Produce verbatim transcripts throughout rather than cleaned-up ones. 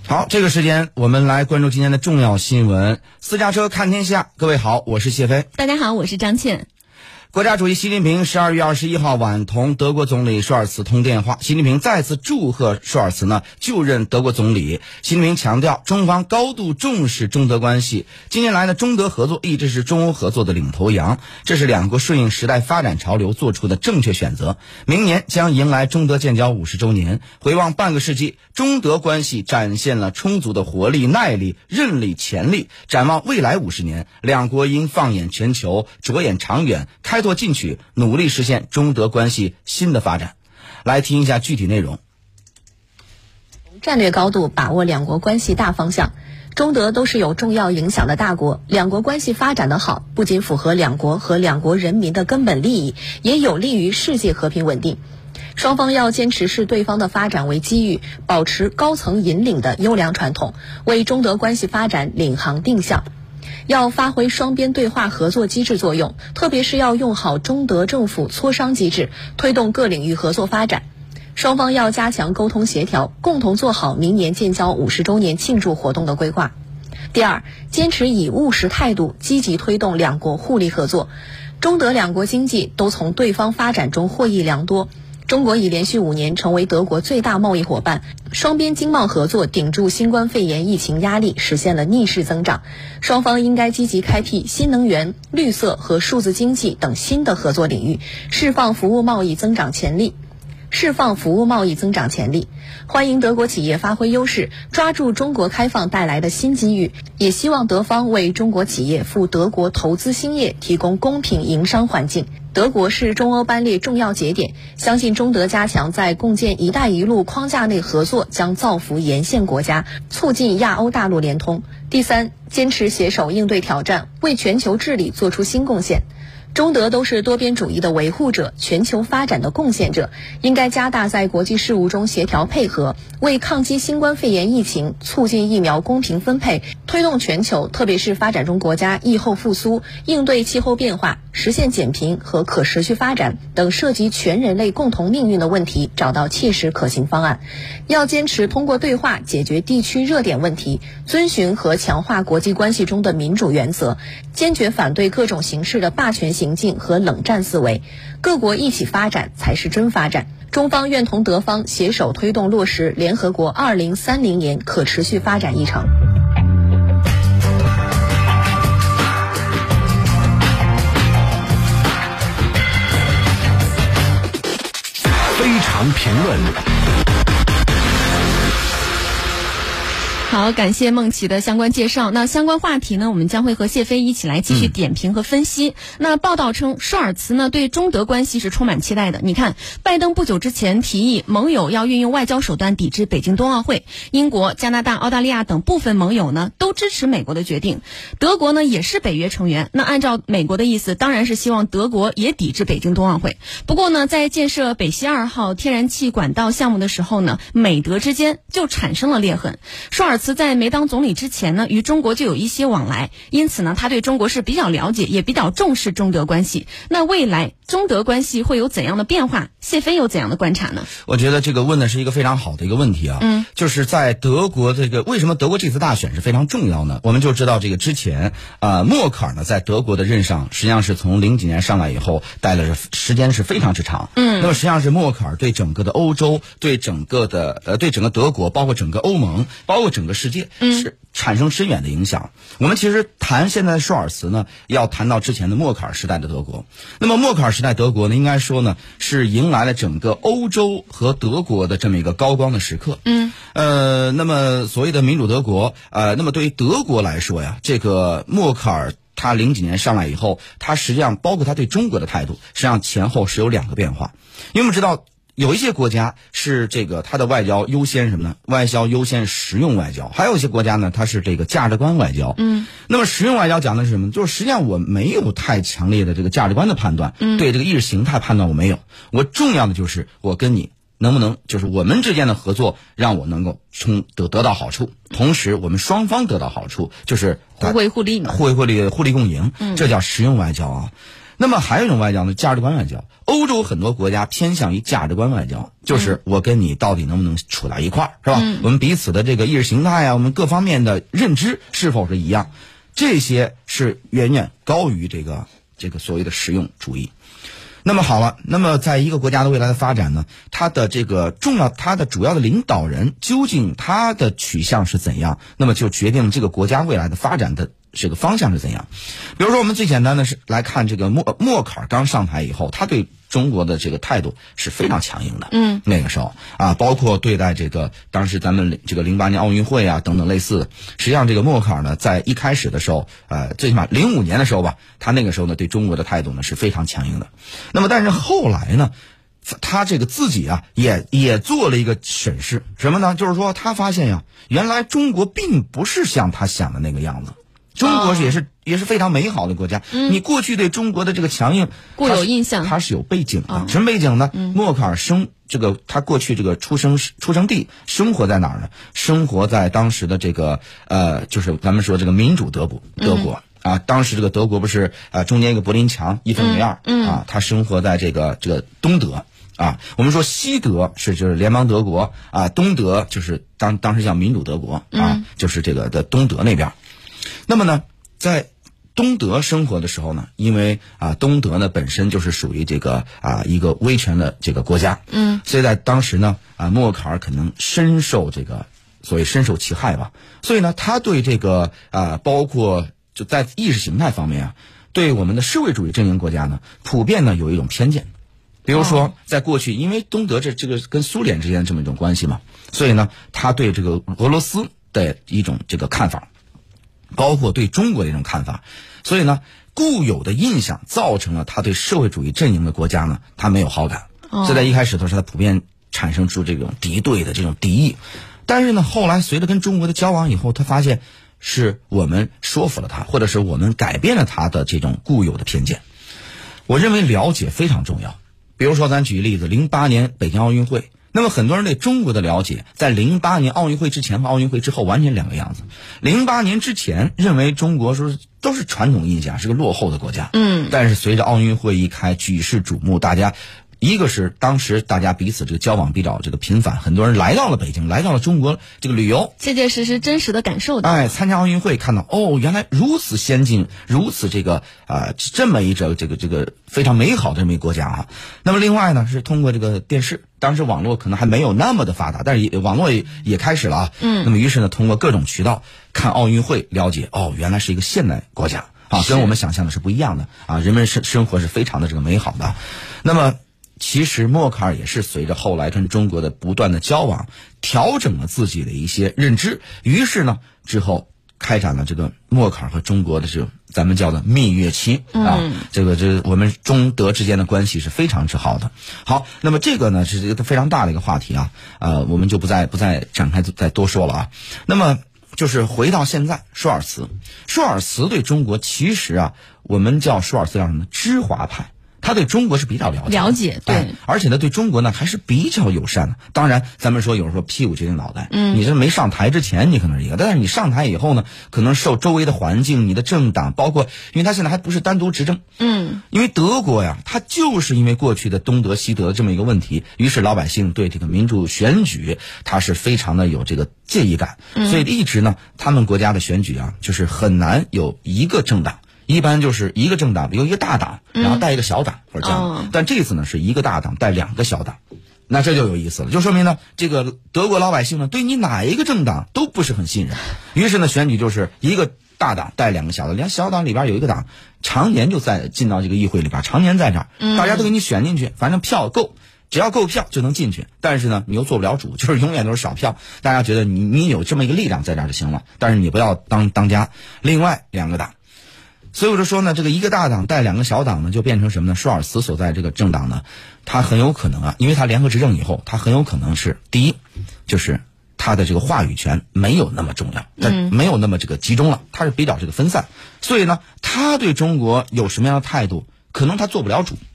好，这个时间我们来关注今天的重要新闻。私家车看天下，各位好，我是谢飞。 大家好，我是张倩。 国家主席习近平十二月二十一号晚同德国总理舒尔茨通电话，习近平再次祝贺舒尔茨呢就任德国总理。习近平强调，中方高度重视中德关系，近年来呢，中德合作一直是中欧合作的领头羊，这是两国顺应时代发展潮流做出的正确选择。明年将迎来中德建交五十周年，回望半个世纪，中德关系展现了充足的活力、耐力、韧力、潜力。展望未来五十年，两国应放眼全球，着眼长远，开拓进取，努力实现中德关系新的发展。来听一下具体内容。 战略高度把握两国关系大方向，中德都是有重要影响的大国，两国关系发展得好，不仅符合两国和两国人民的根本利益，也有利于世界和平稳定。双方要坚持视对方的发展为机遇，保持高层引领的优良传统，为中德关系发展领航定向。要发挥双边对话合作机制作用，特别是要用好中德政府磋商机制，推动各领域合作发展。双方要加强沟通协调，共同做好明年建交五十周年庆祝活动的规划。第二，坚持以务实态度，积极推动两国互利合作。中德两国经济都从对方发展中获益良多。中国已连续五年成为德国最大贸易伙伴，双边经贸合作顶住新冠肺炎疫情压力，实现了逆势增长。双方应该积极开辟新能源、绿色和数字经济等新的合作领域，释放服务贸易增长潜力。释放服务贸易增长潜力，欢迎德国企业发挥优势，抓住中国开放带来的新机遇，也希望德方为中国企业赴德国投资兴业提供公平营商环境。德国是中欧班列重要节点，相信中德加强在共建“一带一路”框架内合作，将造福沿线国家，促进亚欧大陆联通。第三，坚持携手应对挑战，为全球治理做出新贡献。中德都是多边主义的维护者，全球发展的贡献者，应该加大在国际事务中协调配合，为抗击新冠肺炎疫情、促进疫苗公平分配、推动全球特别是发展中国家疫后复苏、应对气候变化、实现减贫和可持续发展等涉及全人类共同命运的问题找到切实可行方案。要坚持通过对话解决地区热点问题，遵循和强化国际关系中的民主原则，坚决反对各种形式的霸权行径和冷战思维，各国一起发展才是真发展。中方愿同德方携手推动落实联合国二零三零年可持续发展议程。 非常评论。 好，感谢梦琪的相关介绍。那相关话题呢，我们将会和谢飞一起来继续点评和分析。嗯、那报道称，舒尔茨呢对中德关系是充满期待的。你看，拜登不久之前提议盟友要运用外交手段抵制北京冬奥会，英国、加拿大、澳大利亚等部分盟友呢都支持美国的决定。德国呢也是北约成员，那按照美国的意思，当然是希望德国也抵制北京冬奥会。不过呢，在建设北溪二号天然气管道项目的时候呢，美德之间就产生了裂痕。舒尔茨在没当总理之前呢，与中国就有一些往来，因此呢，他对中国是比较了解，也比较重视中德关系。那未来中德关系会有怎样的变化？谢飞有怎样的观察呢？ 我觉得这个问的是一个非常好的一个问题啊，嗯，就是在德国这个为什么德国这次大选是非常重要呢？我们就知道这个之前啊、呃，默克尔呢在德国的任上，实际上是从零几年上来以后，待了时间是非常之长，嗯，那么实际上是默克尔对整个的欧洲、对整个的呃对整个德国，包括整个欧盟，包括整个世界，嗯，是产生深远的影响。我们其实谈现在的舒尔茨呢，要谈到之前的默克尔时代的德国。那么默克尔时代德国呢，应该说呢是迎来了整个欧洲和德国的这么一个高光的时刻。嗯，呃，那么所谓的民主德国，呃，那么对于德国来说呀，这个默克尔他零几年上来以后，他实际上包括他对中国的态度，实际上前后是有两个变化。因为我们知道，有一些国家是这个它的外交优先什么呢？外交优先实用外交，还有一些国家呢，它是这个价值观外交。嗯，那么实用外交讲的是什么？就是实际上我没有太强烈的这个价值观的判断，嗯，对这个意识形态判断我没有。我重要的就是我跟你能不能，就是我们之间的合作让我能够从得得到好处，同时我们双方得到好处，就是互惠互利嘛， 互惠互利，互利共赢，嗯，这叫实用外交啊。 那么还有一种外交呢，价值观外交。欧洲很多国家偏向于价值观外交，就是我跟你到底能不能处到一块儿，是吧？嗯、我们彼此的这个意识形态啊，我们各方面的认知是否是一样，这些是远远高于这个这个所谓的实用主义。那么好了，那么在一个国家的未来的发展呢，它的这个重要，它的主要的领导人究竟他的取向是怎样，那么就决定了这个国家未来的发展的这个方向是怎样。比如说我们最简单的是来看这个默默克尔刚上台以后，他对中国的这个态度是非常强硬的。嗯，那个时候啊，包括对待这个当时咱们这个零八年奥运会啊等等类似的，实际上这个默克尔呢，在一开始的时候，呃，最起码零五年的时候吧，他那个时候呢对中国的态度呢是非常强硬的。那么但是后来呢，他这个自己啊也也做了一个审视，什么呢？就是说他发现呀，原来中国并不是像他想的那个样子。中国也是、哦、也是非常美好的国家。嗯，你过去对中国的这个强硬固有印象， 它是有背景的。哦、什么背景呢？嗯、默克尔生这个他过去这个出生出生地生活在哪儿呢？生活在当时的这个呃，就是咱们说这个民主德国德国。嗯啊，当时这个德国不是呃中间一个柏林墙一分为二，嗯，啊，他生活在这个这个东德啊，我们说西德是就是联邦德国啊，东德就是当当时叫民主德国啊，嗯、就是这个的东德那边。那么呢，在东德生活的时候呢，因为啊东德呢本身就是属于这个啊一个威权的这个国家，嗯，所以在当时呢啊默克尔可能深受这个所谓深受其害吧，所以呢他对这个啊包括。就在意识形态方面啊，对我们的社会主义阵营国家呢，普遍呢有一种偏见。比如说，在过去，因为东德这这个跟苏联之间这么一种关系嘛，所以呢，他对这个俄罗斯的一种这个看法，包括对中国的一种看法，所以呢，固有的印象造成了他对社会主义阵营的国家呢，他没有好感。所以在一开始的时候，他普遍产生出这种敌对的这种敌意。但是呢，后来随着跟中国的交往以后，他发现。是我们说服了他，或者是我们改变了他的这种固有的偏见。我认为了解非常重要。比如说咱举个例子，零八年北京奥运会，那么很多人对中国的了解在零八年奥运会之前和奥运会之后完全两个样子。零八年之前认为中国说都是传统印象，是个落后的国家，嗯，但是随着奥运会一开，举世瞩目，大家一个是当时大家彼此这个交往比较这个频繁，很多人来到了北京，来到了中国这个旅游， 切切实实真实的感受的。 哎，参加奥运会看到哦，原来如此先进，如此这个啊、呃、这么一个这个这个非常美好的这么一个国家啊。那么另外呢，是通过这个电视，当时网络可能还没有那么的发达，但是也网络也也开始了啊。嗯。那么于是呢，通过各种渠道看奥运会，了解哦，原来是一个现代国家啊，跟我们想象的是不一样的啊，人们生生活是非常的这个美好的。那么。其实默克尔也是随着后来跟中国的不断的交往，调整了自己的一些认知，于是呢之后开展了这个默克尔和中国的这种咱们叫的蜜月期啊，嗯、这个这我们中德之间的关系是非常之好的。好，那么这个呢是一个非常大的一个话题啊，呃，我们就不再不再展开再多说了啊。那么就是回到现在，舒尔茨，舒尔茨对中国其实啊，我们叫舒尔茨叫什么？知华派。他对中国是比较了解了解，对、哎， 而且呢，对中国呢还是比较友善的。当然，咱们说有时候屁股决定脑袋，嗯，你这没上台之前你可能是一个，但是你上台以后呢，可能受周围的环境、你的政党，包括因为他现在还不是单独执政，嗯，因为德国呀，他就是因为过去的东德西德这么一个问题，于是老百姓对这个民主选举他是非常的有这个介意感，嗯、所以一直呢，他们国家的选举啊，就是很难有一个政党。一般就是一个政党有一个大党，然后带一个小党、嗯、或者这样、哦，但这次呢是一个大党带两个小党，那这就有意思了，就说明呢这个德国老百姓呢对你哪一个政党都不是很信任，于是呢选举就是一个大党带两个小党，两小党里边有一个党常年就在进到这个议会里边，常年在这儿、嗯，大家都给你选进去，反正票够。只要够票就能进去，但是呢，你又做不了主，就是永远都是少票。大家觉得你你有这么一个力量在这儿就行了，但是你不要当当家。另外两个党。所以我就说呢，这个一个大党带两个小党呢，就变成什么呢？舒尔茨所在这个政党呢，他很有可能啊，因为他联合执政以后，他很有可能是第一，就是他的这个话语权没有那么重要，但没有那么这个集中了，他是比较这个分散。所以呢，他对中国有什么样的态度，可能他做不了主。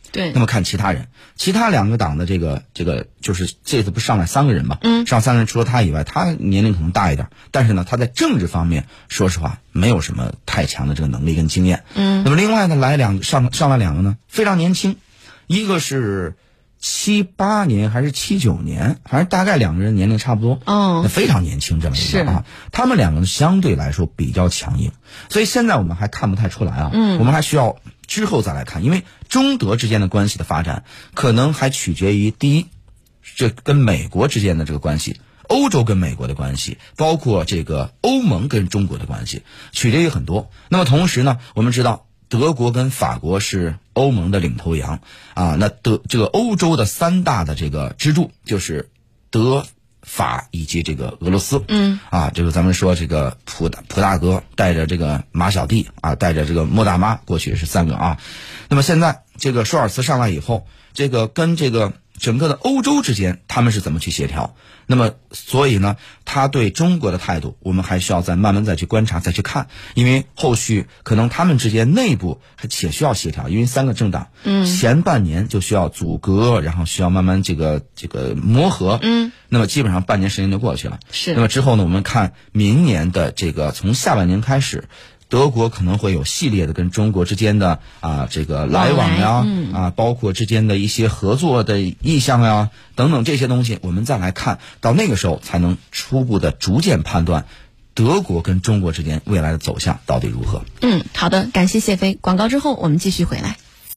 对。 那么看其他人，其他两个党的这个这个就是这次不上来三个人嘛，嗯，上三个人除了他以外，他年龄可能大一点，但是呢，他在政治方面说实话没有什么太强的这个能力跟经验。嗯。那么另外呢，来两上上来两个呢，非常年轻，一个是七八年还是七九年，反正大概两个人年龄差不多， 哦， 非常年轻这么一个啊，他们两个相对来说比较强硬，所以现在我们还看不太出来啊，嗯，我们还需要之后再来看，因为中德之间的关系的发展，可能还取决于第一，这跟美国之间的这个关系，欧洲跟美国的关系，包括这个欧盟跟中国的关系，取决于很多。那么同时呢，我们知道德国跟法国是欧盟的领头羊啊，那德这个欧洲的三大的这个支柱就是德法以及这个俄罗斯。嗯，啊，这个咱们说这个普大普大哥带着这个马小弟啊，带着这个莫大妈，过去是三个啊。那么现在这个舒尔茨上来以后，这个跟这个整个的欧洲之间他们是怎么去协调？那么所以呢，他对中国的态度我们还需要再慢慢再去观察再去看，因为后续可能他们之间内部还且需要协调，因为三个政党嗯前半年就需要阻隔，然后需要慢慢这个这个磨合，嗯，那么基本上半年时间就过去了。 是。 那么之后呢，我们看明年的这个从下半年开始，德国可能会有系列的跟中国之间的啊这个来往呀，嗯、啊包括之间的一些合作的意向呀等等这些东西，我们再来看到那个时候才能初步的逐渐判断德国跟中国之间未来的走向到底如何。 嗯，好的，感谢谢飞。广告之后我们继续回来。